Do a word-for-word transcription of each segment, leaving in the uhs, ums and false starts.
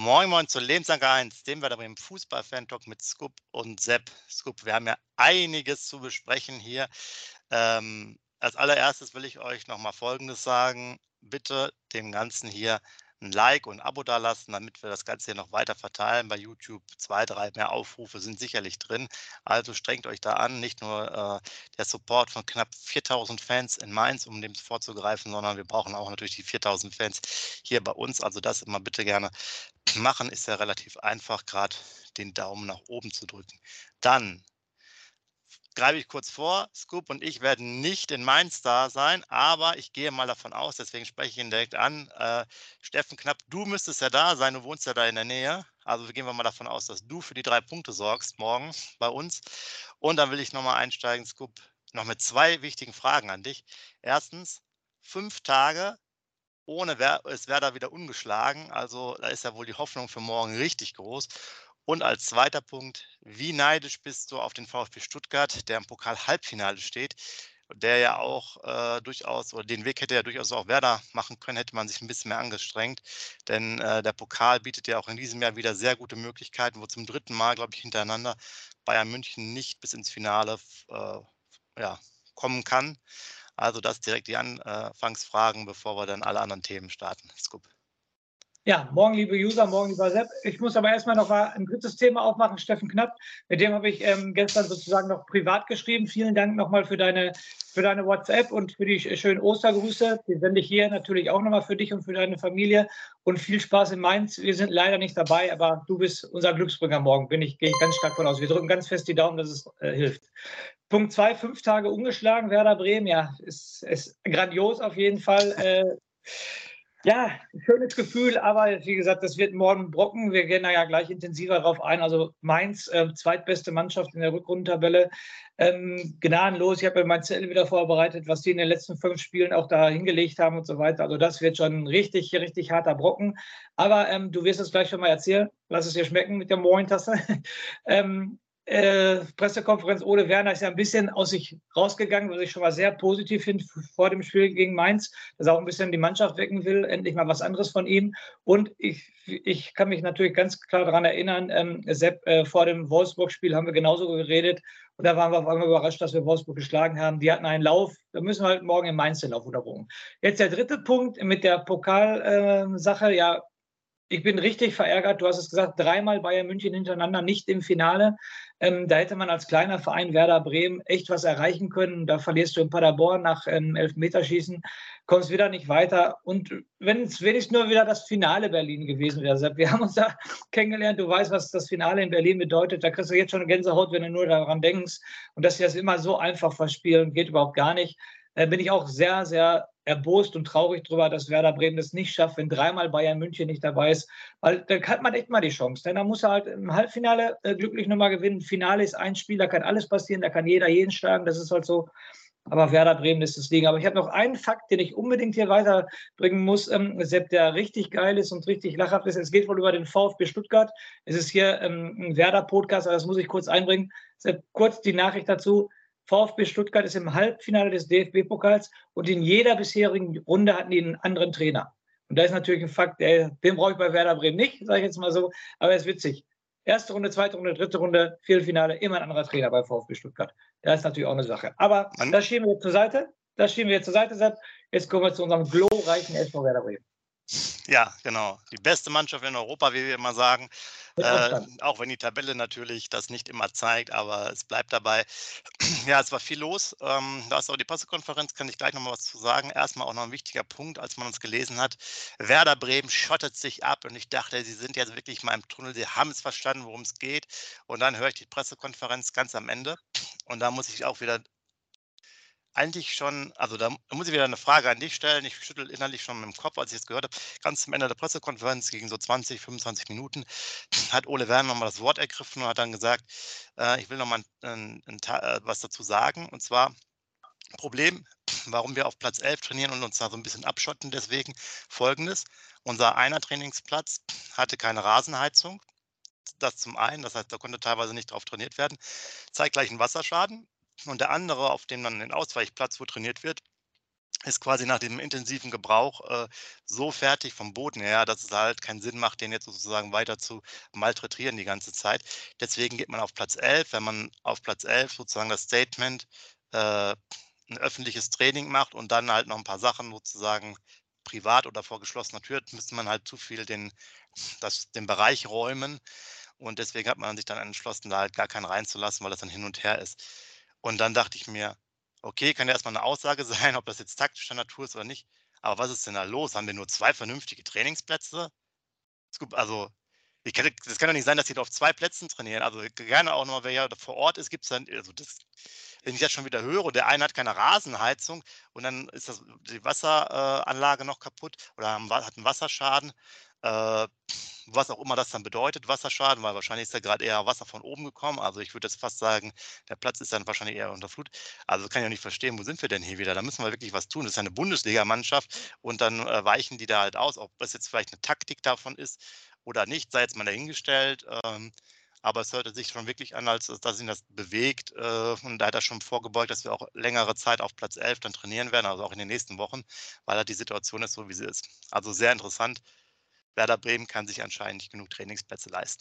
Moin Moin zu Lebensanker eins, dem Werder Bremen Fußball-Fan-Talk mit Scoop und Sepp. Scoop, wir haben ja einiges zu besprechen hier. Ähm, als allererstes will ich euch noch mal Folgendes sagen: Bitte dem Ganzen hier ein Like und ein Abo dalassen, damit wir das Ganze hier noch weiter verteilen bei YouTube. zwei, drei mehr Aufrufe sind sicherlich drin. Also strengt euch da an, nicht nur äh, der Support von knapp viertausend Fans in Mainz, um dem vorzugreifen, sondern wir brauchen auch natürlich die viertausend Fans hier bei uns. Also das immer bitte gerne machen, ist ja relativ einfach, gerade den Daumen nach oben zu drücken. Dann greife ich kurz vor, Scoop und ich werden nicht in Mainz da sein, aber ich gehe mal davon aus, deswegen spreche ich ihn direkt an. Äh, Steffen Knapp, du müsstest ja da sein, du wohnst ja da in der Nähe. Also gehen wir mal davon aus, dass du für die drei Punkte sorgst morgen bei uns. Und dann will ich nochmal einsteigen, Scoop, noch mit zwei wichtigen Fragen an dich. Erstens, fünf Tage ohne Wer ist Werder wieder ungeschlagen. Also da ist ja wohl die Hoffnung für morgen richtig groß. Und als zweiter Punkt, wie neidisch bist du auf den VfB Stuttgart, der im Pokal-Halbfinale steht, der ja auch äh, durchaus, oder den Weg hätte ja durchaus auch Werder machen können, hätte man sich ein bisschen mehr angestrengt. Denn äh, der Pokal bietet ja auch in diesem Jahr wieder sehr gute Möglichkeiten, wo zum dritten Mal, glaube ich, hintereinander Bayern München nicht bis ins Finale äh, ja, kommen kann. Also das direkt die Anfangsfragen, bevor wir dann alle anderen Themen starten. Scoop. Ja, morgen, liebe User, morgen, lieber Sepp. Ich muss aber erstmal noch mal ein drittes Thema aufmachen, Steffen Knapp. Mit dem habe ich ähm, gestern sozusagen noch privat geschrieben. Vielen Dank nochmal für deine, für deine WhatsApp und für die schönen Ostergrüße. Die sende ich hier natürlich auch nochmal für dich und für deine Familie. Und viel Spaß in Mainz. Wir sind leider nicht dabei, aber du bist unser Glücksbringer morgen. Bin ich, gehe ich ganz stark von aus. Wir drücken ganz fest die Daumen, dass es äh, hilft. Punkt zwei, fünf Tage ungeschlagen, Werder Bremen. Ja, ist, ist grandios auf jeden Fall. Äh, Ja, schönes Gefühl, aber wie gesagt, das wird morgen Brocken. Wir gehen da ja gleich intensiver drauf ein. Also Mainz, äh, zweitbeste Mannschaft in der Rückrundentabelle. Ähm, gnadenlos. Ich habe mir mein Zettel wieder vorbereitet, was die in den letzten fünf Spielen auch da hingelegt haben und so weiter. Also das wird schon ein richtig, richtig harter Brocken. Aber ähm, du wirst es gleich schon mal erzählen. Lass es dir schmecken mit der Moin-Tasse. ähm, äh, Pressekonferenz Ole Werner ist ja ein bisschen aus sich rausgegangen, was ich schon mal sehr positiv finde vor dem Spiel gegen Mainz, dass er auch ein bisschen die Mannschaft wecken will, endlich mal was anderes von ihm. Und ich, ich kann mich natürlich ganz klar daran erinnern, ähm, Sepp, äh, vor dem Wolfsburg-Spiel haben wir genauso geredet und da waren wir auf einmal überrascht, dass wir Wolfsburg geschlagen haben. Die hatten einen Lauf, da müssen wir halt morgen in Mainz den Lauf unterbringen. Jetzt der dritte Punkt mit der Pokalsache, äh, ja, ich bin richtig verärgert. Du hast es gesagt, dreimal Bayern München hintereinander nicht im Finale. Ähm, da hätte man als kleiner Verein Werder Bremen echt was erreichen können. Da verlierst du in Paderborn nach ähm, Elfmeterschießen, kommst wieder nicht weiter. Und wenn es wenigstens nur wieder das Finale Berlin gewesen wäre, Sepp. Wir haben uns da kennengelernt. Du weißt, was das Finale in Berlin bedeutet. Da kriegst du jetzt schon eine Gänsehaut, wenn du nur daran denkst. Und dass sie das immer so einfach verspielen, geht überhaupt gar nicht. Da bin ich auch sehr, sehr erbost und traurig darüber, dass Werder Bremen das nicht schafft, wenn dreimal Bayern München nicht dabei ist. Weil dann hat man echt mal die Chance. Denn da muss er halt im Halbfinale äh, glücklich nochmal gewinnen. Finale ist ein Spiel, da kann alles passieren, da kann jeder jeden schlagen. Das ist halt so. Aber Werder Bremen ist das Ding. Aber ich habe noch einen Fakt, den ich unbedingt hier weiterbringen muss, ähm, Sepp, der richtig geil ist und richtig lachhaft ist. Es geht wohl über den VfB Stuttgart. Es ist hier ähm, ein Werder-Podcast, aber das muss ich kurz einbringen. Sepp, kurz die Nachricht dazu. VfB Stuttgart ist im Halbfinale des D F B-Pokals und in jeder bisherigen Runde hatten die einen anderen Trainer. Und da ist natürlich ein Fakt, der, den brauche ich bei Werder Bremen nicht, sage ich jetzt mal so, aber er ist witzig. Erste Runde, zweite Runde, dritte Runde, Viertelfinale, immer ein anderer Trainer bei VfB Stuttgart. Das ist natürlich auch eine Sache. Aber Man, das schieben wir jetzt zur Seite. Das schieben wir jetzt zur Seite, Sepp. Jetzt kommen wir zu unserem glorreichen S V Werder Bremen. ja, genau. Die beste Mannschaft in Europa, wie wir immer sagen. Mit Äh, Abstand. auch wenn die Tabelle natürlich das nicht immer zeigt, aber es bleibt dabei. Ja, es war viel los. Ähm, da ist auch die Pressekonferenz, kann ich gleich noch mal was zu sagen. Erstmal auch noch ein wichtiger Punkt, als man uns gelesen hat. Werder Bremen schottet sich ab und ich dachte, sie sind jetzt wirklich mal im Tunnel, sie haben es verstanden, worum es geht. Und dann höre ich die Pressekonferenz ganz am Ende und da muss ich auch wieder eigentlich schon, also da muss ich wieder eine Frage an dich stellen. Ich schüttel innerlich schon mit dem Kopf, als ich es gehört habe. Ganz zum Ende der Pressekonferenz, gegen so zwanzig, fünfundzwanzig Minuten, hat Ole Werner noch mal das Wort ergriffen und hat dann gesagt, äh, ich will noch mal 'n 'n Ta äh, was dazu sagen. Und zwar Problem, warum wir auf Platz elf trainieren und uns da so ein bisschen abschotten deswegen Folgendes: Unser einer Trainingsplatz hatte keine Rasenheizung. Das zum einen, das heißt, da konnte teilweise nicht drauf trainiert werden, zeigt gleich 'n Wasserschaden. Und der andere, auf dem dann den Ausweichplatz, wo trainiert wird, ist quasi nach dem intensiven Gebrauch, äh, so fertig vom Boden her, dass es halt keinen Sinn macht, den jetzt sozusagen weiter zu malträtieren die ganze Zeit. Deswegen geht man auf Platz elf. Wenn man auf Platz elf sozusagen das Statement, äh, 'n öffentliches Training macht und dann halt noch ein paar Sachen sozusagen privat oder vor geschlossener Tür, müsste man halt zu viel den das den Bereich räumen. Und deswegen hat man sich dann entschlossen, da halt gar keinen reinzulassen, weil das dann hin und her ist. Und dann dachte ich mir: „Okay, kann ja erst mal 'ne Aussage sein, ob das jetzt taktischer Natur ist oder nicht. Aber was ist denn da los? Haben wir nur zwei vernünftige Trainingsplätze?“ Scoop, also, ich kann das kann doch nicht sein, dass die da auf zwei Plätzen trainieren. Also, gerne auch noch mal, wer ja da vor Ort ist, gibt's dann also, das wenn ich das schon wieder höre und der eine hat keine Rasenheizung und dann ist das die Wasseranlage äh, Anlage noch kaputt oder haben Wa hat 'n Wasserschaden, äh, was auch immer das dann bedeutet, Wasserschaden, weil wahrscheinlich ist da grad eher Wasser von oben gekommen. Also, ich würde jetzt fast sagen, der Platz ist dann wahrscheinlich eher unter Flut. Also, kann ich auch nicht verstehen, wo sind wir denn hier wieder? Da müssen wir wirklich was tun. Das ist ja 'ne Bundesligamannschaft und dann, äh, weichen die da halt aus. Ob das jetzt vielleicht 'ne Taktik davon ist oder nicht, sei jetzt mal dahingestellt. Ähm, aber es hörte sich schon wirklich an, als dass ihn das bewegt. Äh, und da hat er schon vorgebeugt, dass wir auch längere Zeit auf Platz elf dann trainieren werden, also auch in den nächsten Wochen, weil halt die Situation ist so, wie sie ist. Also sehr interessant. Werder Bremen kann sich anscheinend nicht genug Trainingsplätze leisten.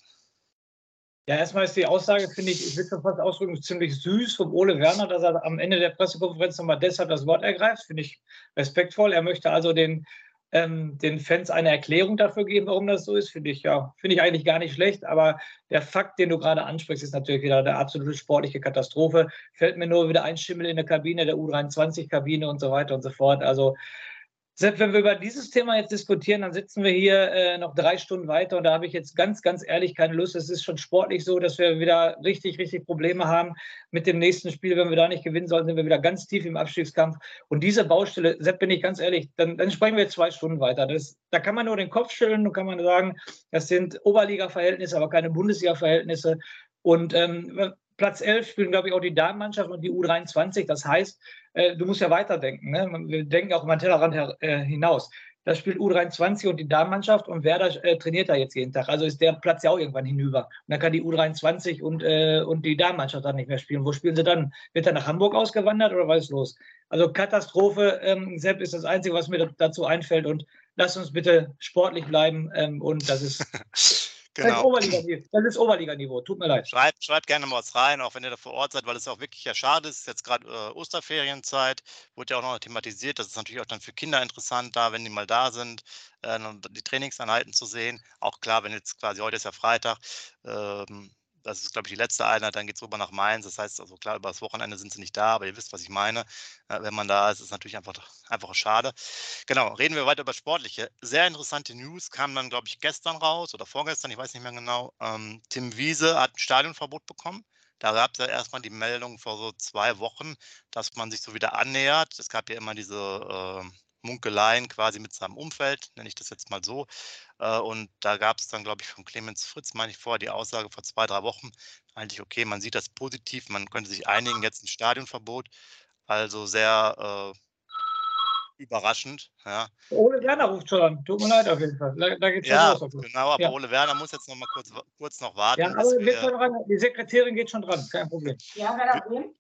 Ja, erstmal ist die Aussage, finde ich, ich würde schon fast ausdrücken, ziemlich süß vom Ole Werner, dass er am Ende der Pressekonferenz noch mal deshalb das Wort ergreift. Finde ich respektvoll. Er möchte also den, ähm, den Fans eine Erklärung dafür geben, warum das so ist. Finde ich, ja, finde ich eigentlich gar nicht schlecht. Aber der Fakt, den du gerade ansprichst, ist natürlich wieder eine absolute sportliche Katastrophe. Fällt mir nur wieder ein Schimmel in der Kabine, der U dreiundzwanzig-Kabine und so weiter und so fort. Also selbst wenn wir über dieses Thema jetzt diskutieren, dann sitzen wir hier äh, noch drei Stunden weiter und da habe ich jetzt ganz, ganz ehrlich keine Lust. Es ist schon sportlich so, dass wir wieder richtig, richtig Probleme haben mit dem nächsten Spiel. Wenn wir da nicht gewinnen sollten, sind wir wieder ganz tief im Abstiegskampf. Und diese Baustelle, Sepp, bin ich ganz ehrlich, dann, dann sprechen wir jetzt zwei Stunden weiter. Das, da kann man nur den Kopf schütteln und kann man sagen, das sind Oberliga-Verhältnisse, aber keine Bundesliga-Verhältnisse. Und ähm, Platz elf spielen, glaube ich, auch die Damenmannschaft und die U dreiundzwanzig. Das heißt, äh, du musst ja weiterdenken. Ne? Wir denken auch über den Tellerrand her, äh, hinaus. Das spielt U dreiundzwanzig und die Damenmannschaft und Werder äh, trainiert da jetzt jeden Tag. Also ist der Platz ja auch irgendwann hinüber. Und dann kann die U dreiundzwanzig und, äh, und die Damenmannschaft dann nicht mehr spielen. Wo spielen sie dann? Wird er nach Hamburg ausgewandert oder was ist los? Also Katastrophe, ähm, Sepp, ist das Einzige, was mir dazu einfällt. Und lass uns bitte sportlich bleiben. Ähm, und das ist, das ist Genau. Oberliganiveau. Das ist Oberliganiveau. Tut mir leid. Schreibt schreibt gerne mal was rein, auch wenn ihr da vor Ort seid, weil es auch wirklich ja schade ist. Es ist jetzt gerade äh, Osterferienzeit, wurde ja auch noch thematisiert. Das ist natürlich auch dann für Kinder interessant da, wenn die mal da sind, äh, und die Trainingseinheiten zu sehen. Auch klar, wenn jetzt quasi heute ist ja Freitag, ähm, das ist, glaube ich, die letzte Einheit, dann geht's rüber nach Mainz. Das heißt also klar, über das Wochenende sind sie nicht da, aber ihr wisst, was ich meine. Äh, wenn man da ist, ist natürlich einfach einfach schade. Genau, reden wir weiter über Sportliche. Sehr interessante News kam dann, glaube ich, gestern raus oder vorgestern, ich weiß nicht mehr genau. Ähm, Tim Wiese hat 'n Stadionverbot bekommen. Da gab's ja erst mal die Meldung vor so zwei Wochen, dass man sich so wieder annähert. Es gab ja immer diese, ähm, Munkeleien quasi mit seinem Umfeld, nenne ich das jetzt mal so. Äh, und da gab's dann, glaube ich, von Clemens Fritz, meine ich, vorher die Aussage vor zwei, drei Wochen, eigentlich okay, man sieht das positiv, man könnte sich einigen, jetzt 'n Stadionverbot. Also sehr, äh überraschend, ja. Ole Werner ruft schon an. Tut mir leid auf jeden Fall. Da, da geht's schon Ja, los. Okay. genau, aber Ja. Ole Werner muss jetzt noch mal kurz wa kurz noch Ja, warten, aber bis geht schon wir dran. Die Sekretärin geht schon dran, kein Problem. Ja, wer bi da drin?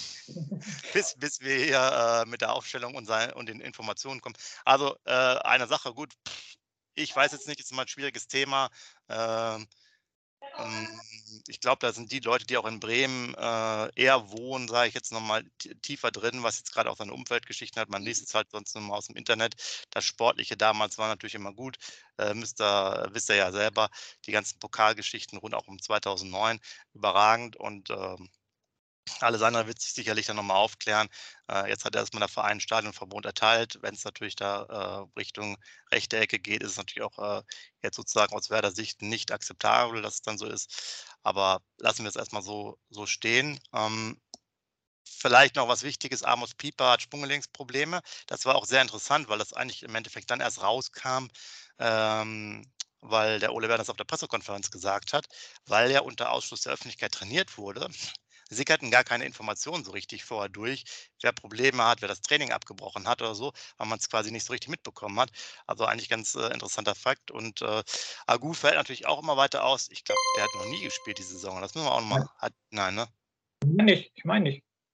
bis bis wir hier, äh, mit der Aufstellung und sei und den Informationen kommen. Also, äh, eine Sache, gut, ich weiß jetzt nicht, ist immer 'n schwieriges Thema. Ähm, hm, ich glaube, da sind die Leute, die auch in Bremen, äh, eher wohnen, sage ich jetzt noch mal, t tiefer drin, was jetzt grade auch seine Umweltgeschichten hat. Man liest es halt sonst nur mal aus'm Internet. Das Sportliche damals war natürlich immer gut. Äh, müsst ihr wisst ihr ja selber, die ganzen Pokalgeschichten rund auch um zweitausendneun überragend und, ähm, alles andere wird sich sicherlich dann noch mal aufklären. Äh, jetzt hat erst mal der Verein 'n Stadionverbot erteilt. Wenn's natürlich da, äh, Richtung rechte Ecke geht, ist es natürlich auch, äh, jetzt sozusagen aus Werder Sicht nicht akzeptabel, dass es dann so ist. Aber lassen wir es erst mal so so stehen. Ähm, vielleicht noch was Wichtiges: Amos Pieper hat Sprunggelenksprobleme. Das war auch sehr interessant, weil das eigentlich im Endeffekt dann erst rauskam, ähm, weil der Ole Werner das auf der Pressekonferenz gesagt hat, weil er unter Ausschluss der Öffentlichkeit trainiert wurde, sickerten gar keine Informationen so richtig vorher durch, wer Probleme hat, wer das Training abgebrochen hat oder so, weil man's quasi nicht so richtig mitbekommen hat. Also, eigentlich ganz, äh, interessanter Fakt und, äh, Agu fällt natürlich auch immer weiter aus. Ich glaube, der hat noch nie gespielt diese Saison. Das müssen wir auch noch mal Nein. hat nein, ne? Nicht, ich meine nicht.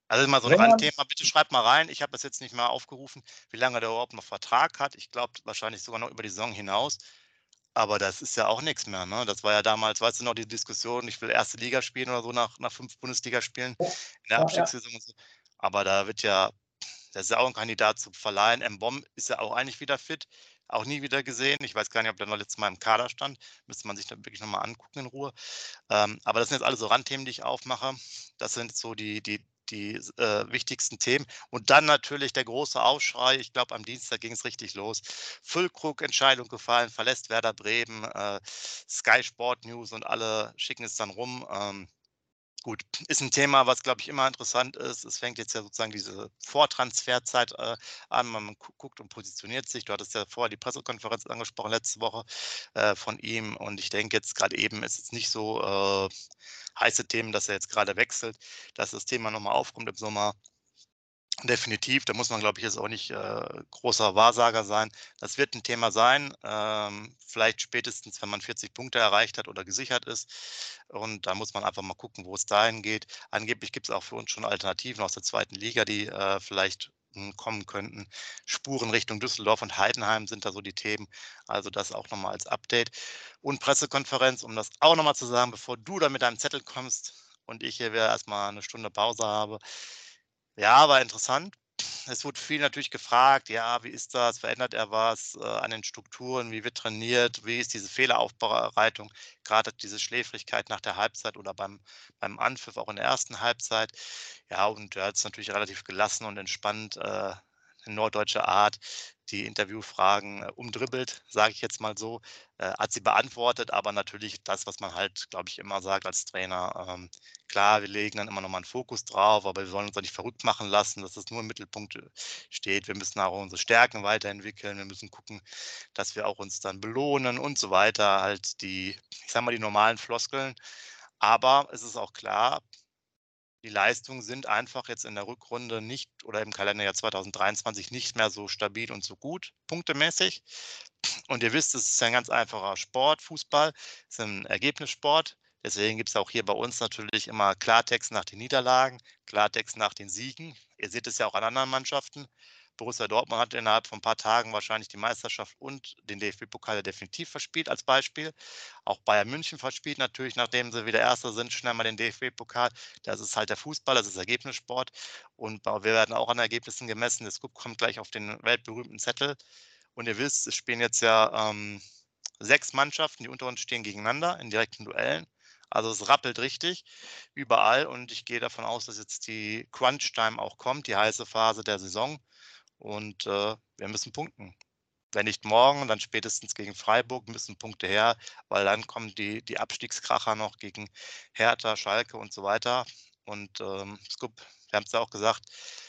Also mal so ein Wenn man, Randthema, bitte schreibt mal rein. Ich habe das jetzt nicht mehr aufgerufen, wie lange der überhaupt noch Vertrag hat. Ich glaube wahrscheinlich sogar noch über die Saison hinaus. Aber das ist ja auch nichts mehr, ne? Das war ja damals, weißt du noch, die Diskussion, ich will erste Liga spielen oder so nach, nach fünf Bundesligaspielen in der ja, ja. Abstiegssaison und so. Aber da wird ja, der ist ja auch ein Kandidat zu verleihen. Mbom ist ja auch eigentlich wieder fit, auch nie wieder gesehen. Ich weiß gar nicht, ob der noch letztes Mal im Kader stand. Müsste man sich dann wirklich nochmal angucken in Ruhe. Ähm, aber das sind jetzt alle so Randthemen, die ich aufmache. Das sind so die, die, die äh, wichtigsten Themen. Und dann natürlich der große Aufschrei. Ich glaube, am Dienstag ging es richtig los. Füllkrug Entscheidung gefallen, verlässt Werder Bremen, äh, Sky Sport News und alle schicken es dann rum. Ähm, Gut, ist ein Thema, was, glaube ich, immer interessant ist. Es fängt jetzt ja sozusagen diese Vortransferzeit äh, an. Man gu guckt und positioniert sich. Du hattest ja vorher die Pressekonferenz angesprochen letzte Woche äh, von ihm. Und ich denke jetzt gerade eben ist es nicht so äh, heiße Themen, dass er jetzt gerade wechselt, dass das Thema nochmal aufkommt im Sommer. Definitiv, da muss man, glaube ich, jetzt auch nicht äh, großer Wahrsager sein. Das wird ein Thema sein, ähm, vielleicht spätestens, wenn man vierzig Punkte erreicht hat oder gesichert ist. Und da muss man einfach mal gucken, wo es dahin geht. Angeblich gibt es auch für uns schon Alternativen aus der zweiten Liga, die äh, vielleicht hm, kommen könnten. Spuren Richtung Düsseldorf und Heidenheim sind da so die Themen. Also das auch nochmal als Update. Und Pressekonferenz, um das auch nochmal zu sagen, bevor du da mit deinem Zettel kommst und ich hier wieder erstmal eine Stunde Pause habe. Ja, war interessant. Es wurde viel natürlich gefragt, ja, wie ist das? Verändert er was äh, an den Strukturen? Wie wird trainiert? Wie ist diese Fehleraufbereitung? Gerade diese Schläfrigkeit nach der Halbzeit oder beim, beim Anpfiff auch in der ersten Halbzeit. Ja, und er hat es natürlich relativ gelassen und entspannt äh, in norddeutscher Art die Interviewfragen äh, umdribbelt, sage ich jetzt mal so, äh, hat sie beantwortet, aber natürlich das, was man halt, glaube ich, immer sagt als Trainer. Ähm, klar, wir legen dann immer noch mal einen Fokus drauf, aber wir wollen uns auch nicht verrückt machen lassen, dass es nur im Mittelpunkt äh, steht. Wir müssen auch unsere Stärken weiterentwickeln. Wir müssen gucken, dass wir auch uns dann belohnen und so weiter. Halt die, ich sage mal, die normalen Floskeln. Aber es ist auch klar, die Leistungen sind einfach jetzt in der Rückrunde nicht oder im Kalenderjahr zweitausenddreiundzwanzig nicht mehr so stabil und so gut, punktemäßig. Und ihr wisst, es ist ja ein ganz einfacher Sport, Fußball, ist ein Ergebnissport. Deswegen gibt es auch hier bei uns natürlich immer Klartext nach den Niederlagen, Klartext nach den Siegen. Ihr seht es ja auch an anderen Mannschaften. Borussia Dortmund hat innerhalb von ein paar Tagen wahrscheinlich die Meisterschaft und den D F B-Pokal definitiv verspielt als Beispiel. Auch Bayern München verspielt natürlich, nachdem sie wieder Erster sind, schnell mal den D F B-Pokal. Das ist halt der Fußball, das ist Ergebnissport. Und wir werden auch an Ergebnissen gemessen. Der Scoop kommt gleich auf den weltberühmten Zettel. Und ihr wisst, es spielen jetzt ja ähm, sechs Mannschaften, die unter uns stehen, gegeneinander in direkten Duellen. Also es rappelt richtig überall und ich gehe davon aus, dass jetzt die Crunch-Time auch kommt, die heiße Phase der Saison. Und äh, wir müssen punkten. Wenn nicht morgen, dann spätestens gegen Freiburg müssen Punkte her, weil dann kommen die, die Abstiegskracher noch gegen Hertha, Schalke und so weiter. Und ähm, Scoop, wir haben es ja auch gesagt,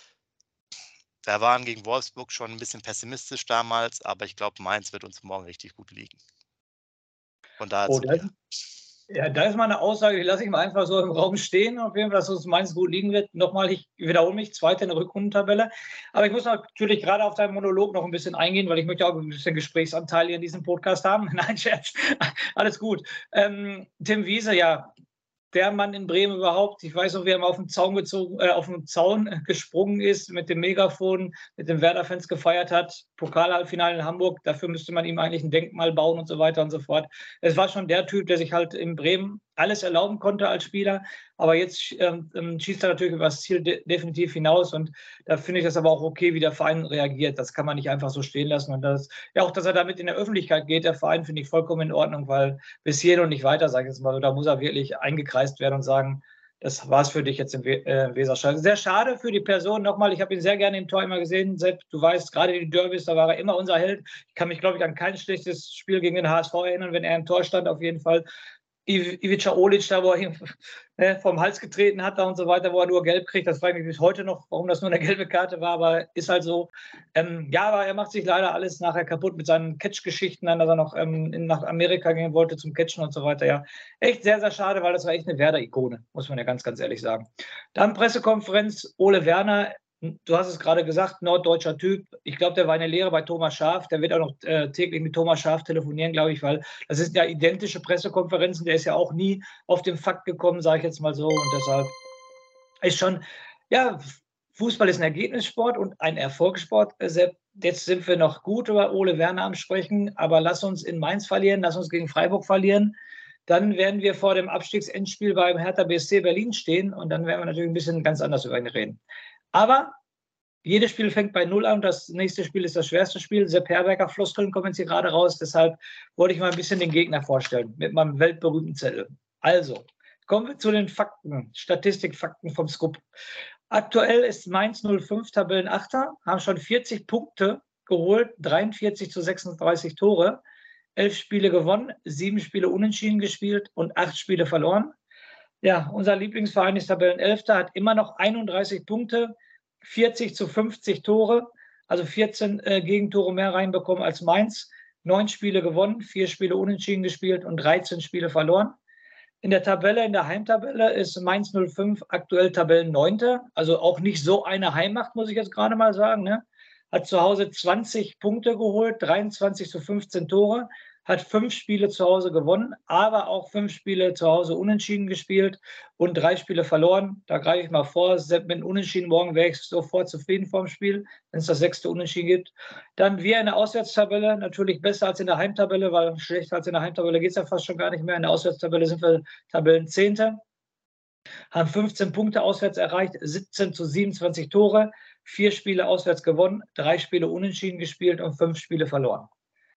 wir waren gegen Wolfsburg schon ein bisschen pessimistisch damals, aber ich glaube, Mainz wird uns morgen richtig gut liegen. Von daher Oh, zu das, dir. ja, da ist mal eine Aussage, die lasse ich mal einfach so im Raum stehen, auf jeden Fall, dass uns Mainz gut liegen wird. Nochmal, ich wiederhole mich, Zweite in der Rückrundentabelle. Aber ich muss natürlich gerade auf deinen Monolog noch ein bisschen eingehen, weil ich möchte auch ein bisschen Gesprächsanteil hier in diesem Podcast haben. Nein, Scherz. Alles gut. Ähm, Tim Wiese, ja, der Mann in Bremen überhaupt. Ich weiß noch, wie er mal auf den Zaun gezogen, äh, auf den Zaun gesprungen ist, mit dem Megafon, mit den Werder-Fans gefeiert hat. Pokalhalbfinale in Hamburg. Dafür müsste man ihm eigentlich ein Denkmal bauen und so weiter und so fort. Es war schon der Typ, der sich halt in Bremen alles erlauben konnte als Spieler. Aber jetzt ähm, schießt er natürlich über das Ziel de definitiv hinaus. Und da finde ich das aber auch okay, wie der Verein reagiert. Das kann man nicht einfach so stehen lassen. Und das, ja, auch, dass er damit in der Öffentlichkeit geht, der Verein, finde ich vollkommen in Ordnung, weil bis hierhin und nicht weiter, sage ich jetzt mal so, da muss er wirklich eingekreist werden und sagen, das war es für dich jetzt im We äh, Weserstadion. Sehr schade für die Person. Nochmal, ich habe ihn sehr gerne im Tor immer gesehen. Sepp, du weißt, gerade die Derbys, da war er immer unser Held. Ich kann mich, glaube ich, an kein schlechtes Spiel gegen den H S V erinnern, wenn er im Tor stand, auf jeden Fall. Ivica Olic, da wo er ihn ne, vom Hals getreten hat da und so weiter, wo er nur gelb kriegt. Das frage ich mich bis heute noch, warum das nur eine gelbe Karte war, aber ist halt so. Ähm, ja, aber er macht sich leider alles nachher kaputt mit seinen Catch-Geschichten, dann, dass er noch ähm, in, nach Amerika gehen wollte zum Catchen und so weiter. Ja, echt sehr, sehr schade, weil das war echt eine Werder-Ikone, muss man ja ganz, ganz ehrlich sagen. Dann Pressekonferenz, Ole Werner. Du hast es gerade gesagt, norddeutscher Typ. Ich glaube, der war eine Lehre bei Thomas Schaaf. Der wird auch noch äh, täglich mit Thomas Schaaf telefonieren, glaube ich, weil das sind ja identische Pressekonferenzen. Der ist ja auch nie auf den Fakt gekommen, sage ich jetzt mal so. Und deshalb ist schon Ja, Fußball ist ein Ergebnissport und ein Erfolgssport. Sepp, jetzt sind wir noch gut über Ole Werner am Sprechen, aber lass uns in Mainz verlieren, lass uns gegen Freiburg verlieren. Dann werden wir vor dem Abstiegsendspiel beim Hertha B S C Berlin stehen und dann werden wir natürlich ein bisschen ganz anders über ihn reden. Aber jedes Spiel fängt bei Null an. Das nächste Spiel ist das schwerste Spiel. Sepp Herberger Floskeln kommen jetzt hier gerade raus. Deshalb wollte ich mal ein bisschen den Gegner vorstellen mit meinem weltberühmten Zettel. Also, kommen wir zu den Fakten, Statistikfakten vom Scoop. Aktuell ist Mainz null fünf Tabellenachter, haben schon vierzig Punkte geholt, dreiundvierzig zu sechsunddreißig Tore, elf Spiele gewonnen, sieben Spiele unentschieden gespielt und acht Spiele verloren. Ja, unser Lieblingsverein ist Tabellenelfter, hat immer noch einunddreißig Punkte, vierzig zu fünfzig Tore, also vierzehn äh, Gegentore mehr reinbekommen als Mainz, neun Spiele gewonnen, vier Spiele unentschieden gespielt und dreizehn Spiele verloren. In der Tabelle, in der Heimtabelle ist Mainz null fünf aktuell Tabellenneunter, also auch nicht so eine Heimmacht, muss ich jetzt gerade mal sagen. Ne? Hat zu Hause zwanzig Punkte geholt, dreiundzwanzig zu fünfzehn Tore, hat fünf Spiele zu Hause gewonnen, aber auch fünf Spiele zu Hause unentschieden gespielt und drei Spiele verloren. Da greife ich mal vor, mit einem Unentschieden morgen wäre ich sofort zufrieden vor dem Spiel, wenn es das sechste Unentschieden gibt. Dann wir in der Auswärtstabelle, natürlich besser als in der Heimtabelle, weil schlechter als in der Heimtabelle geht es ja fast schon gar nicht mehr. In der Auswärtstabelle sind wir Tabellenzehnter, haben fünfzehn Punkte auswärts erreicht, siebzehn zu siebenundzwanzig Tore, vier Spiele auswärts gewonnen, drei Spiele unentschieden gespielt und fünf Spiele verloren.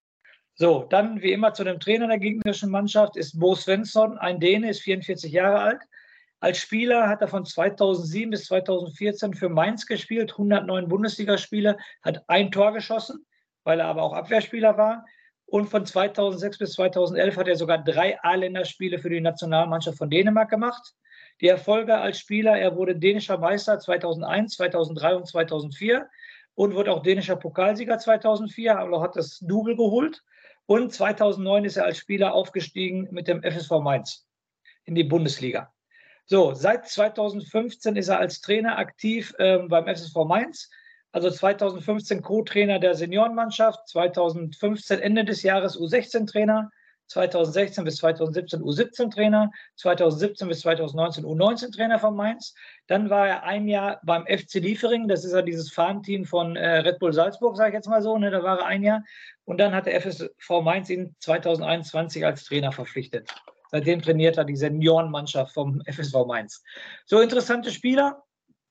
So, dann wie immer zu dem Trainer der gegnerischen Mannschaft ist Bo Svensson, ein Däne, ist vierundvierzig Jahre alt. Als Spieler hat er von zweitausendsieben bis zweitausendvierzehn für Mainz gespielt, hundertneun Bundesligaspiele, hat ein Tor geschossen, weil er aber auch Abwehrspieler war. Und von zweitausendsechs bis zweitausendelf hat er sogar drei A-Länderspiele für die Nationalmannschaft von Dänemark gemacht. Die Erfolge als Spieler: Er wurde dänischer Meister zweitausendeins, zweitausenddrei und zweitausendvier und wurde auch dänischer Pokalsieger zweitausendvier, aber hat das Double geholt. Und zweitausendneun ist er als Spieler aufgestiegen mit dem F S V Mainz in die Bundesliga. So, seit zweitausendfünfzehn ist er als Trainer aktiv äh, beim F S V Mainz. Also zweitausendfünfzehn Co-Trainer der Seniorenmannschaft, zweitausendfünfzehn Ende des Jahres U sechzehn Trainer, zweitausendsechzehn bis zweitausendsiebzehn U siebzehn Trainer, zweitausendsiebzehn bis zweitausendneunzehn U neunzehn Trainer von Mainz. Dann war er ein Jahr beim F C Liefering, das ist ja dieses Farmteam von äh, Red Bull Salzburg, sage ich jetzt mal so, ne, da war er ein Jahr. Und dann hat der F S V Mainz ihn zweitausendeinundzwanzig als Trainer verpflichtet. Seitdem trainiert er die Seniorenmannschaft vom F S V Mainz. So, interessante Spieler.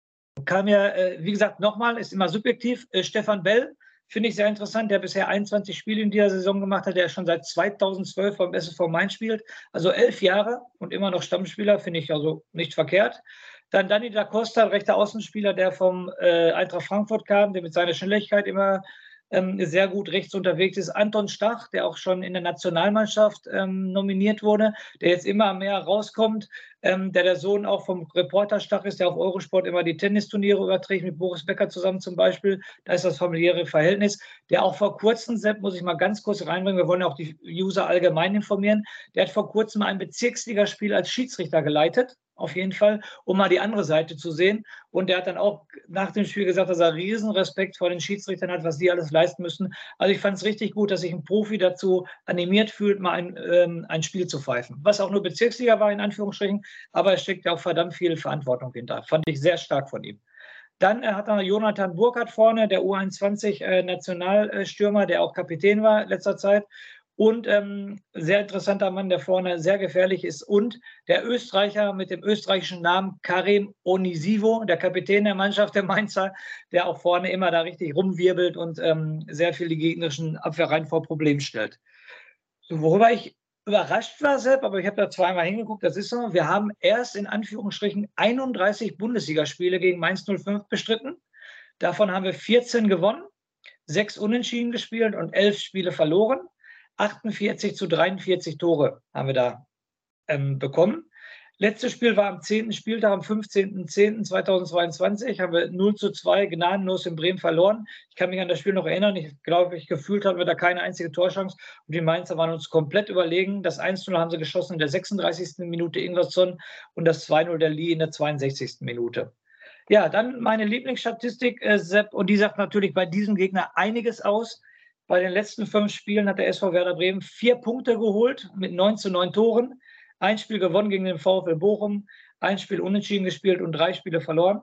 Kam ja, äh, wie gesagt, nochmal, ist immer subjektiv. Äh, Stefan Bell finde ich sehr interessant, der bisher einundzwanzig Spiele in dieser Saison gemacht hat, der schon seit zweitausendzwölf beim S S V Mainz spielt, also elf Jahre und immer noch Stammspieler, finde ich also nicht verkehrt. Dann Dani da Costa, rechter Außenspieler, der vom äh, Eintracht Frankfurt kam, der mit seiner Schnelligkeit immer ähm, sehr gut rechts unterwegs ist. Anton Stach, der auch schon in der Nationalmannschaft ähm, nominiert wurde, der jetzt immer mehr rauskommt, ähm, der der Sohn auch vom Reporter Stach ist, der auf Eurosport immer die Tennisturniere überträgt, mit Boris Becker zusammen zum Beispiel. Da ist das familiäre Verhältnis. Der auch vor kurzem, Sepp, muss ich mal ganz kurz reinbringen, wir wollen ja auch die User allgemein informieren, der hat vor kurzem ein Bezirksligaspiel als Schiedsrichter geleitet, auf jeden Fall, um mal die andere Seite zu sehen. Und der hat dann auch nach dem Spiel gesagt, dass er riesen Respekt vor den Schiedsrichtern hat, was die alles leisten müssen. Also ich fand es richtig gut, dass sich ein Profi dazu animiert fühlt, mal ein, ähm, ein Spiel zu pfeifen. Was auch nur Bezirksliga war, in Anführungsstrichen, aber es steckt ja auch verdammt viel Verantwortung hinter. Fand ich sehr stark von ihm. Dann äh, hat er Jonathan Burkhardt vorne, der U einundzwanzig äh, Nationalstürmer, der auch Kapitän war in letzter Zeit. Und ähm, sehr interessanter Mann, der vorne sehr gefährlich ist. Und der Österreicher mit dem österreichischen Namen Karim Onisivo, der Kapitän der Mannschaft der Mainzer, der auch vorne immer da richtig rumwirbelt und ähm, sehr viel die gegnerischen Abwehrreihen vor Problemen stellt. So, worüber ich überrascht war, Sepp, aber ich habe da zweimal hingeguckt, das ist so, wir haben erst in Anführungsstrichen einunddreißig Bundesligaspiele gegen Mainz null fünf bestritten. Davon haben wir vierzehn gewonnen, sechs Unentschieden gespielt und elf Spiele verloren. achtundvierzig zu dreiundvierzig Tore haben wir da ähm, bekommen. Letztes Spiel war am zehnten Spieltag, am fünfzehnten zehnten zweitausendzweiundzwanzig, haben wir null zu zwei gnadenlos in Bremen verloren. Ich kann mich an das Spiel noch erinnern. Ich glaube, ich gefühlt hatten wir da keine einzige Torchance. Und die Mainzer waren uns komplett überlegen. Das eins zu null haben sie geschossen in der sechsunddreißigsten Minute Ingwertsson und das zwei null der Lee in der zweiundsechzigsten Minute. Ja, dann meine Lieblingsstatistik, äh, Sepp, und die sagt natürlich bei diesem Gegner einiges aus. Bei den letzten fünf Spielen hat der S V Werder Bremen vier Punkte geholt mit neun zu neun Toren. Ein Spiel gewonnen gegen den VfL Bochum, ein Spiel unentschieden gespielt und drei Spiele verloren.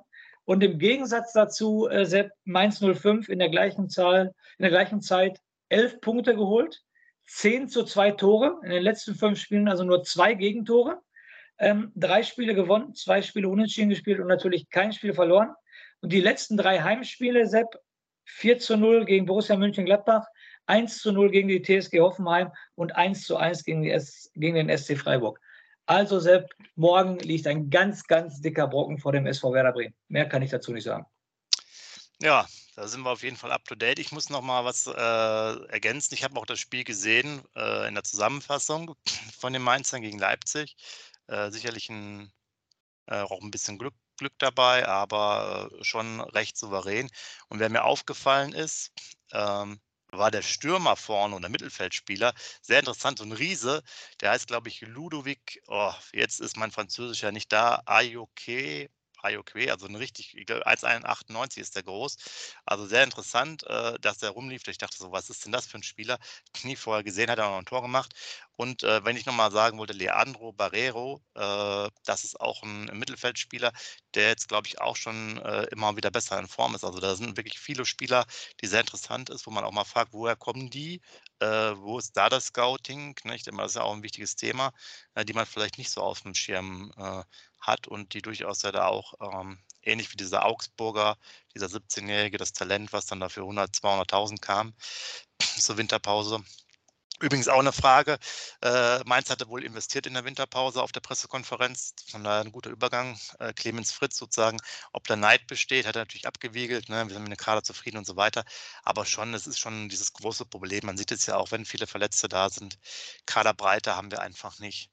Und im Gegensatz dazu, äh, Sepp, Mainz null fünf in der gleichen Zahl, in der gleichen Zeit elf Punkte geholt, zehn zu zwei Tore, in den letzten fünf Spielen also nur zwei Gegentore, ähm, drei Spiele gewonnen, zwei Spiele unentschieden gespielt und natürlich kein Spiel verloren. Und die letzten drei Heimspiele, Sepp, vier zu null gegen Borussia Mönchengladbach, eins zu null gegen die T S G Hoffenheim und eins zu eins gegen, die S gegen den S C Freiburg. Also Sepp, morgen liegt ein ganz, ganz dicker Brocken vor dem S V Werder Bremen. Mehr kann ich dazu nicht sagen. Ja, da sind wir auf jeden Fall up to date. Ich muss noch mal was äh, ergänzen. Ich habe auch das Spiel gesehen äh, in der Zusammenfassung von den Mainzern gegen Leipzig. Äh, sicherlich ein, äh, auch ein bisschen Glück, Glück dabei, aber äh, schon recht souverän. Und wer mir aufgefallen ist, ähm, war der Stürmer vorne und der Mittelfeldspieler. Sehr interessant, so ein Riese, der heißt, glaube ich, Ludovic, oh, jetzt ist mein Französisch ja nicht da, Ayoke, Ayoke, also ein richtig, ich glaube, eins Komma achtundneunzig ist der groß. Also sehr interessant, äh, dass der rumlief. Ich dachte so, was ist denn das für ein Spieler? Nie vorher gesehen, hat er noch ein Tor gemacht. Und äh, wenn ich nochmal sagen wollte, Leandro Barreiro, äh, das ist auch ein Mittelfeldspieler, der jetzt, glaube ich, auch schon äh, immer wieder besser in Form ist. Also da sind wirklich viele Spieler, die sehr interessant ist, wo man auch mal fragt, woher kommen die? Äh, wo ist da das Scouting? Ne? Ich denke mal, das ist ja auch ein wichtiges Thema, äh, die man vielleicht nicht so auf dem Schirm äh, hat und die durchaus ja da auch ähm, ähnlich wie dieser Augsburger, dieser siebzehnjährige, das Talent, was dann dafür hundert, zweihunderttausend kam zur Winterpause. Übrigens auch eine Frage, äh, Mainz hatte wohl investiert in der Winterpause auf der Pressekonferenz, von daher ein guter Übergang. Äh, Clemens Fritz sozusagen, ob da Neid besteht, hat er natürlich abgewiegelt, ne? Wir sind mit dem Kader zufrieden und so weiter. Aber schon, es ist schon dieses große Problem. Man sieht es ja auch, wenn viele Verletzte da sind. Kaderbreite haben wir einfach nicht.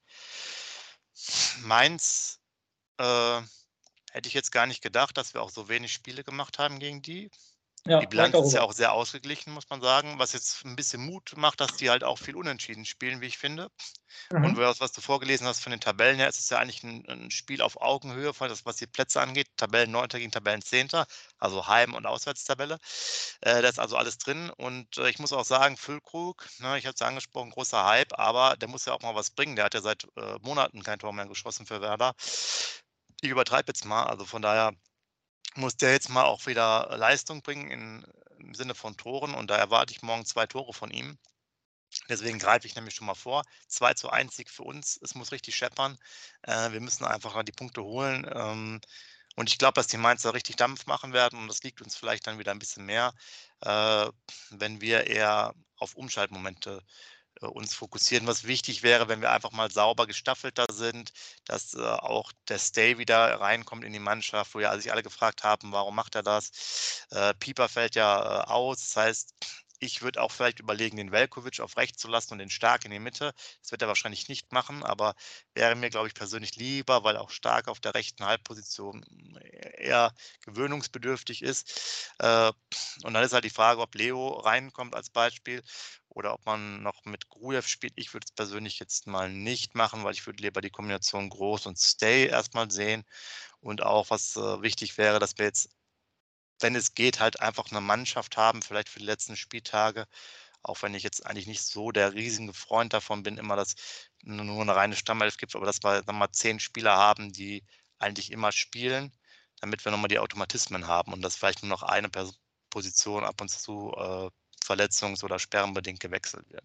Mainz äh, hätte ich jetzt gar nicht gedacht, dass wir auch so wenig Spiele gemacht haben gegen die. Ja, Die war ich Bilanz auch ist ja über. auch sehr ausgeglichen, muss man sagen, was jetzt ein bisschen Mut macht, dass die halt auch viel unentschieden spielen, wie ich finde. Und Mhm. was, was du vorgelesen hast von den Tabellen her, ist es ja eigentlich ein, ein Spiel auf Augenhöhe, von das, was die Plätze angeht. Tabellenneunter gegen Tabellenzehnter, also Heim- und Auswärtstabelle. Äh, da ist also alles drin. Und äh, ich muss auch sagen, Füllkrug, ne, ich habe es ja angesprochen, großer Hype, aber der muss ja auch mal was bringen. Der hat ja seit äh, Monaten kein Tor mehr geschossen für Werder. Ich übertreibe jetzt mal, also von daher muss der jetzt mal auch wieder Leistung bringen in, im Sinne von Toren und da erwarte ich morgen zwei Tore von ihm. Deswegen greife ich nämlich schon mal vor. zwei zu eins Sieg für uns. Es muss richtig scheppern. Äh, wir müssen einfach die Punkte holen. Ähm, und ich glaube, dass die Mainzer richtig Dampf machen werden und das liegt uns vielleicht dann wieder ein bisschen mehr, äh, wenn wir eher auf Umschaltmomente äh, uns fokussieren. Was wichtig wäre, wenn wir einfach mal sauber gestaffelter sind, dass äh, auch der Stay wieder reinkommt in die Mannschaft, wo ja sich alle gefragt haben, warum macht er das? Äh, Pieper fällt ja äh, aus, das heißt, ich würde auch vielleicht überlegen, den Veljković auf rechts zu lassen und den Stark in die Mitte. Das wird er wahrscheinlich nicht machen, aber wäre mir, glaube ich, persönlich lieber, weil auch Stark auf der rechten Halbposition eher gewöhnungsbedürftig ist. Äh, und dann ist halt die Frage, ob Leo reinkommt als Beispiel oder ob man noch mit Grujew spielt. Ich würde es persönlich jetzt mal nicht machen, weil ich würde lieber die Kombination Groß und Stay erstmal sehen. Und auch, was äh, wichtig wäre, dass wir jetzt, wenn es geht, halt einfach eine Mannschaft haben, vielleicht für die letzten Spieltage, auch wenn ich jetzt eigentlich nicht so der riesige Freund davon bin, immer, dass nur eine reine Stammelf gibt, aber dass wir mal zehn Spieler haben, die eigentlich immer spielen, damit wir nochmal die Automatismen haben und dass vielleicht nur noch eine Position ab und zu äh, verletzungs- oder sperrenbedingt gewechselt wird.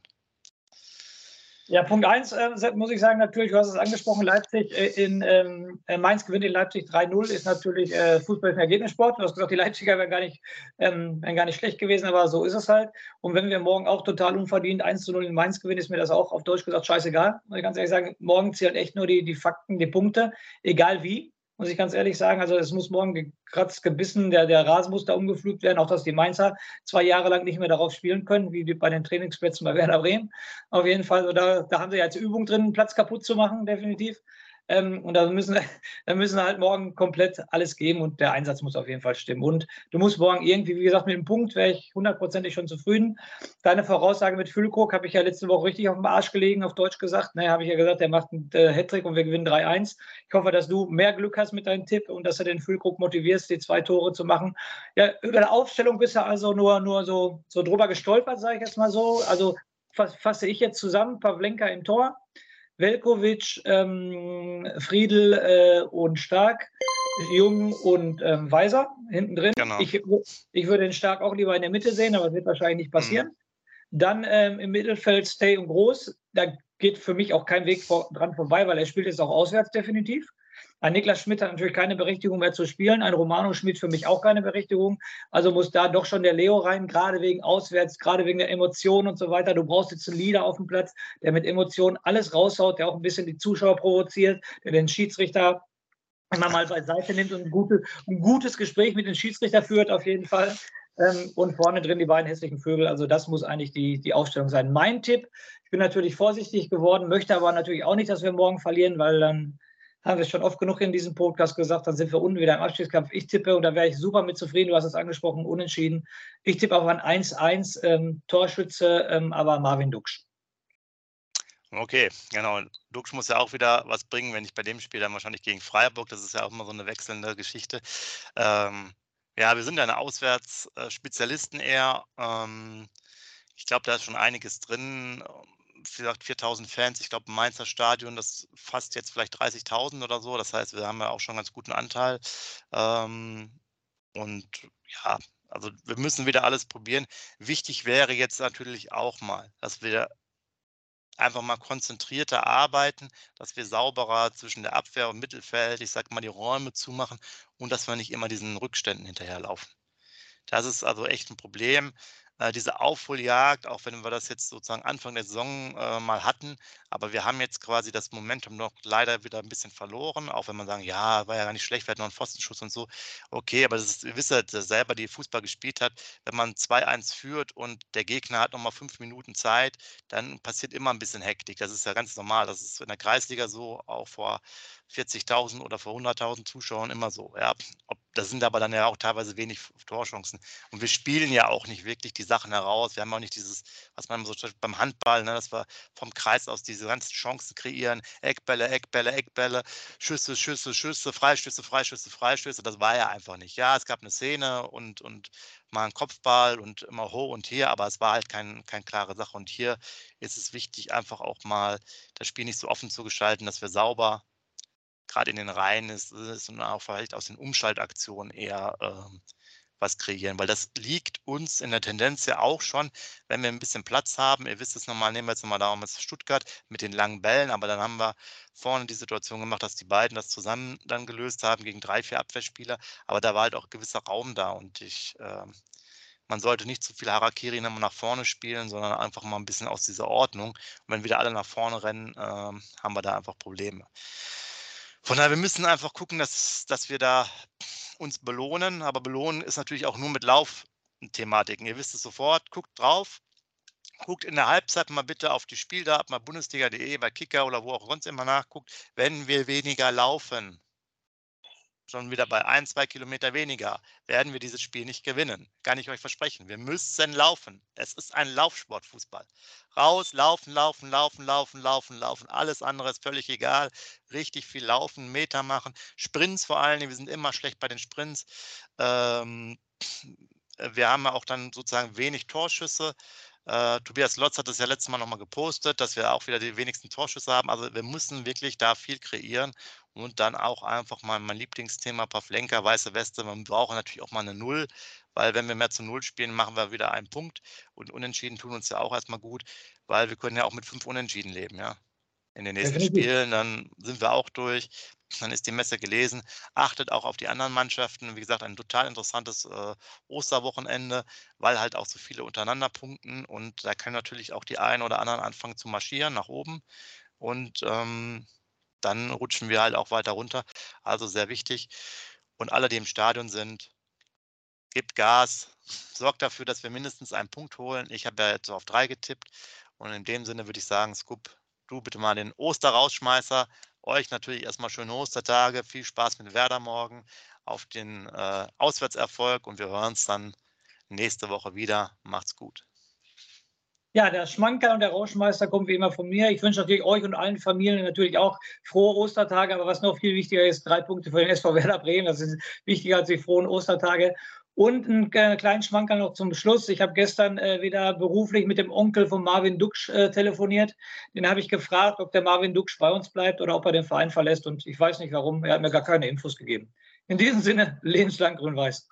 Ja, Punkt eins äh, muss ich sagen, natürlich, du hast es angesprochen, Leipzig äh, in ähm, Mainz gewinnt in Leipzig drei null, ist natürlich äh, Fußball ist ein Ergebnissport. Du hast gesagt, die Leipziger wären gar, nicht, ähm, wären gar nicht schlecht gewesen, aber so ist es halt. Und wenn wir morgen auch total unverdient eins zu null in Mainz gewinnen, ist mir das auch auf Deutsch gesagt scheißegal. Muss ich ganz ehrlich sagen, morgen zählen echt nur die, die Fakten, die Punkte, egal wie. Muss ich ganz ehrlich sagen, also es muss morgen gekratzt, gebissen, der, der Rasen muss da umgepflügt werden, auch dass die Mainzer zwei Jahre lang nicht mehr darauf spielen können, wie bei den Trainingsplätzen bei Werder Bremen. Auf jeden Fall, also da, da haben sie jetzt Übung drin, einen Platz kaputt zu machen, definitiv. Ähm, und da müssen, da müssen halt morgen komplett alles geben und der Einsatz muss auf jeden Fall stimmen. Und du musst morgen irgendwie, wie gesagt, mit dem Punkt wäre ich hundertprozentig schon zufrieden. Deine Voraussage mit Füllkrug habe ich ja letzte Woche richtig auf dem Arsch gelegen, auf Deutsch gesagt. Ne, habe ich ja gesagt, der macht einen äh, Hattrick und wir gewinnen drei eins. Ich hoffe, dass du mehr Glück hast mit deinem Tipp und dass du den Füllkrug motivierst, die zwei Tore zu machen. Ja, über die Aufstellung bist du also nur, nur so, so drüber gestolpert, sage ich jetzt mal so. Also fasse ich jetzt zusammen, Pavlenka im Tor, Veljković, ähm, Friedl äh, und Stark, Jung und ähm, Weiser hinten drin. Genau. Ich, ich würde den Stark auch lieber in der Mitte sehen, aber das wird wahrscheinlich nicht passieren. Mhm. Dann ähm, im Mittelfeld Stay und Groß. Da geht für mich auch kein Weg vor, dran vorbei, weil er spielt jetzt auch auswärts definitiv. Ein Niklas Schmidt hat natürlich keine Berechtigung mehr zu spielen. Ein Romano Schmidt für mich auch keine Berechtigung. Also muss da doch schon der Leo rein, gerade wegen auswärts, gerade wegen der Emotionen und so weiter. Du brauchst jetzt einen Leader auf dem Platz, der mit Emotionen alles raushaut, der auch ein bisschen die Zuschauer provoziert, der den Schiedsrichter immer mal beiseite nimmt und ein, gute, ein gutes Gespräch mit dem Schiedsrichter führt, auf jeden Fall. Ähm, und vorne drin die beiden hässlichen Vögel. Also das muss eigentlich die, die Aufstellung sein. Mein Tipp, ich bin natürlich vorsichtig geworden, möchte aber natürlich auch nicht, dass wir morgen verlieren, weil dann haben wir es schon oft genug in diesem Podcast gesagt, dann sind wir unten wieder im Abstiegskampf. Ich tippe, und da wäre ich super mit zufrieden, du hast es angesprochen, unentschieden. Ich tippe auf ein eins eins, ähm, Torschütze, ähm, aber Marvin Duksch. Okay, genau. Duksch muss ja auch wieder was bringen, wenn nicht bei dem Spiel, dann wahrscheinlich gegen Freiburg. Das ist ja auch immer so eine wechselnde Geschichte. Ähm, ja, wir sind ja eine Auswärtsspezialisten eher. Ähm, ich glaube, da ist schon einiges drin. Wie gesagt, viertausend Fans. Ich glaube, im Mainzer Stadion, das fasst jetzt vielleicht dreißigtausend oder so. Das heißt, wir haben ja auch schon einen ganz guten Anteil. Ähm, und ja, also wir müssen wieder alles probieren. Wichtig wäre jetzt natürlich auch mal, dass wir einfach mal konzentrierter arbeiten, dass wir sauberer zwischen der Abwehr und Mittelfeld, ich sage mal, die Räume zumachen und dass wir nicht immer diesen Rückständen hinterherlaufen. Das ist also echt ein Problem. Äh, diese Aufholjagd, auch wenn wir das jetzt sozusagen Anfang der Saison äh, mal hatten, aber wir haben jetzt quasi das Momentum noch leider wieder ein bisschen verloren, auch wenn man sagen, ja, war ja gar nicht schlecht, wir hatten noch einen Pfostenschuss und so. Okay, aber das ist, ihr wisst ja selber, die Fußball gespielt hat, wenn man zwei eins führt und der Gegner hat noch mal fünf Minuten Zeit, dann passiert immer ein bisschen Hektik. Das ist ja ganz normal. Das ist in der Kreisliga so, auch vor vierzigtausend oder vor hunderttausend Zuschauern immer so. Ja, ob, das sind aber dann ja auch teilweise wenig Torchancen. Und wir spielen ja auch nicht wirklich die Sachen heraus. Wir haben auch nicht dieses, was man so beim Handball, ne, dass wir vom Kreis aus diese ganzen Chancen kreieren. Eckbälle, Eckbälle, Eckbälle, Schüsse, Schüsse, Schüsse, Freistöße, Freistöße, Freistöße. Das war ja einfach nicht. Ja, es gab eine Szene und, und mal ein Kopfball und immer ho und hier, aber es war halt kein, keine klare Sache. Und hier ist es wichtig, einfach auch mal das Spiel nicht so offen zu gestalten, dass wir sauber gerade in den Reihen ist, ist und auch vielleicht aus den Umschaltaktionen eher ähm, was kreieren, weil das liegt uns in der Tendenz ja auch schon, wenn wir ein bisschen Platz haben. Ihr wisst es nochmal, nehmen wir jetzt nochmal damals Stuttgart mit den langen Bällen, aber dann haben wir vorne die Situation gemacht, dass die beiden das zusammen dann gelöst haben gegen drei, vier Abwehrspieler, aber da war halt auch gewisser Raum da und ich, äh, man sollte nicht zu viel Harakiri nach vorne spielen, sondern einfach mal ein bisschen aus dieser Ordnung. Und wenn wieder alle nach vorne rennen, äh, haben wir da einfach Probleme. Von daher, wir müssen einfach gucken, dass, dass wir da uns belohnen, aber belohnen ist natürlich auch nur mit Laufthematiken. Ihr wisst es sofort, guckt drauf, guckt in der Halbzeit mal bitte auf die Spieldaten, mal bundesliga punkt de, bei Kicker oder wo auch sonst immer nachguckt, wenn wir weniger laufen, schon wieder bei ein, zwei Kilometer weniger, werden wir dieses Spiel nicht gewinnen. Kann ich euch versprechen. Wir müssen laufen. Es ist ein Laufsport, Fußball. Raus, laufen, laufen, laufen, laufen, laufen, laufen. Alles andere ist völlig egal. Richtig viel laufen, Meter machen. Sprints vor allen Dingen. Wir sind immer schlecht bei den Sprints. Ähm, wir haben ja auch dann sozusagen wenig Torschüsse. Uh, Tobias Lotz hat das ja letztes Mal nochmal gepostet, dass wir auch wieder die wenigsten Torschüsse haben. Also wir müssen wirklich da viel kreieren und dann auch einfach mal mein Lieblingsthema, Pavlenka, weiße Weste. Man braucht natürlich auch mal eine Null, weil wenn wir mehr zu Null spielen, machen wir wieder einen Punkt und Unentschieden tun uns ja auch erstmal gut, weil wir können ja auch mit fünf Unentschieden leben, ja. In den nächsten Definitiv. Spielen, dann sind wir auch durch. Dann ist die Messe gelesen. Achtet auch auf die anderen Mannschaften. Wie gesagt, ein total interessantes äh, Osterwochenende, weil halt auch so viele untereinander punkten. Und da können natürlich auch die einen oder anderen anfangen zu marschieren nach oben. Und ähm, dann rutschen wir halt auch weiter runter. Also sehr wichtig. Und alle, die im Stadion sind, gebt Gas. Sorgt dafür, dass wir mindestens einen Punkt holen. Ich habe ja jetzt auf drei getippt. Und in dem Sinne würde ich sagen, Scoop, du bitte mal den Osterrausschmeißer. Euch natürlich erstmal schöne Ostertage. Viel Spaß mit Werder morgen auf den äh, Auswärtserfolg und wir hören uns dann nächste Woche wieder. Macht's gut. Ja, der Schmankerl und der Rauschmeister kommt wie immer von mir. Ich wünsche natürlich euch und allen Familien natürlich auch frohe Ostertage. Aber was noch viel wichtiger ist, drei Punkte für den S V Werder Bremen. Das ist wichtiger als die frohen Ostertage. Und einen äh, kleinen Schmankerl noch zum Schluss. Ich habe gestern äh, wieder beruflich mit dem Onkel von Marvin Duksch äh, telefoniert. Den habe ich gefragt, ob der Marvin Duksch bei uns bleibt oder ob er den Verein verlässt. Und ich weiß nicht warum. Er hat mir gar keine Infos gegeben. In diesem Sinne, lebenslang grün-weiß.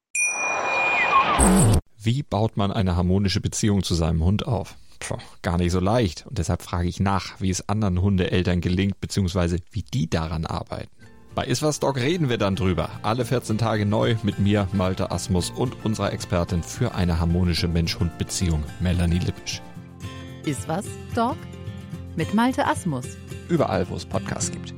Wie baut man eine harmonische Beziehung zu seinem Hund auf? Puh, gar nicht so leicht. Und deshalb frage ich nach, wie es anderen Hundeeltern gelingt, beziehungsweise wie die daran arbeiten. Bei Iswas Dog reden wir dann drüber. Alle vierzehn Tage neu mit mir, Malte Asmus, und unserer Expertin für eine harmonische Mensch-Hund-Beziehung, Melanie Lippisch. Iswas Dog mit Malte Asmus. Überall, wo es Podcasts gibt.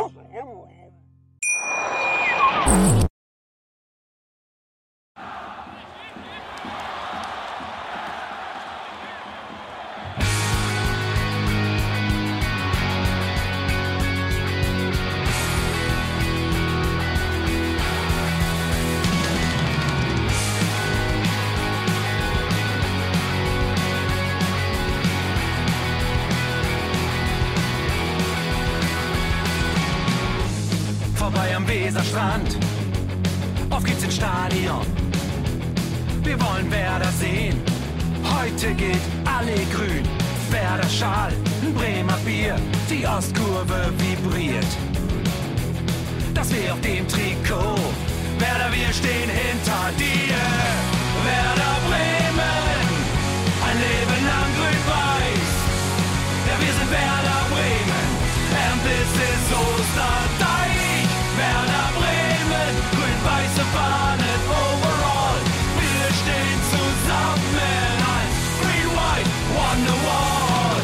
Vorbei am Weserstrand, auf geht's ins Stadion. Wir wollen Werder sehen, heute geht alle grün. Werder Schal, ein Bremer Bier, die Ostkurve vibriert. Das weh auf dem Trikot, Werder, wir stehen hinter dir. Werder Bremen, ein Leben lang grün-weiß. Ja, wir sind Werder Bremen, and this is Osterdeich. Werder Bremen, grün-weiße Fahnen overall. Wir stehen zusammen als Green-White Wonderwall.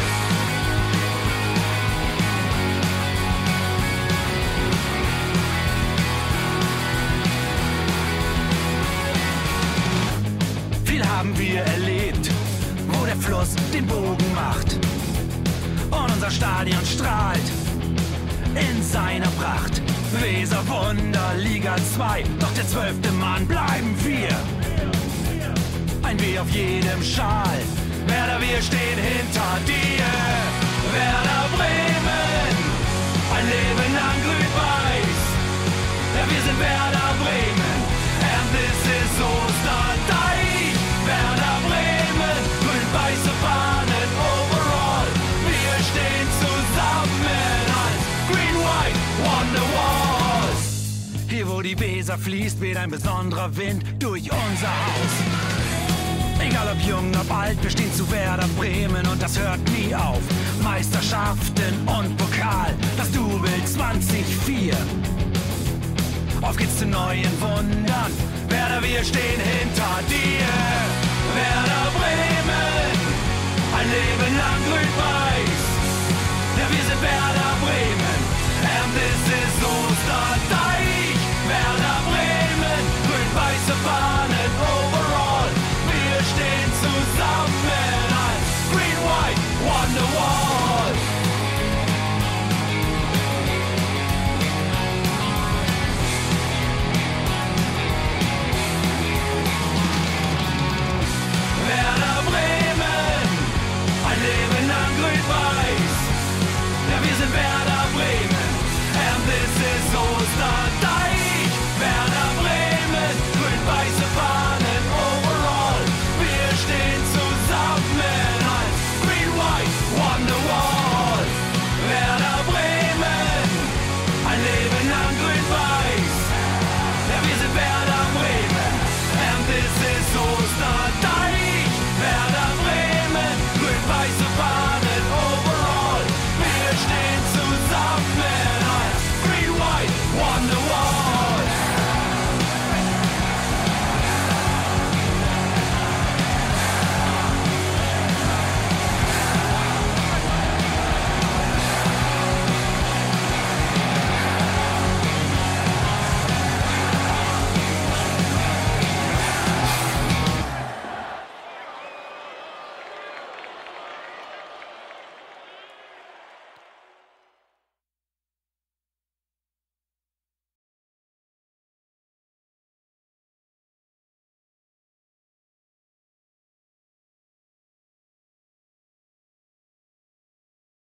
Viel haben wir erlebt, wo der Fluss den Bogen macht. Und unser Stadion strahlt in seiner Pracht. Weser Wunder, Liga zwei, doch der zwölfte Mann bleiben wir. Ein W auf jedem Schal, Werder, wir stehen hinter dir. Werder Bremen, ein Leben lang grün-weiß. Ja, wir sind Werder Bremen, and this is Osterdeich. Werder Bremen, grün-weiße Fahnen overall. Wir stehen zusammen als Green-White Wonderwall. Hier wo die Weser fließt, weht ein besonderer Wind durch unser Haus. Egal ob jung, ob alt, wir stehen zu Werder Bremen und das hört nie auf. Meisterschaften und Pokal, das Double zwanzig vier. Auf geht's zu neuen Wundern, Werder, wir stehen hinter dir. Werder Bremen, ein Leben lang grün-weiß. Ja, wir sind Werder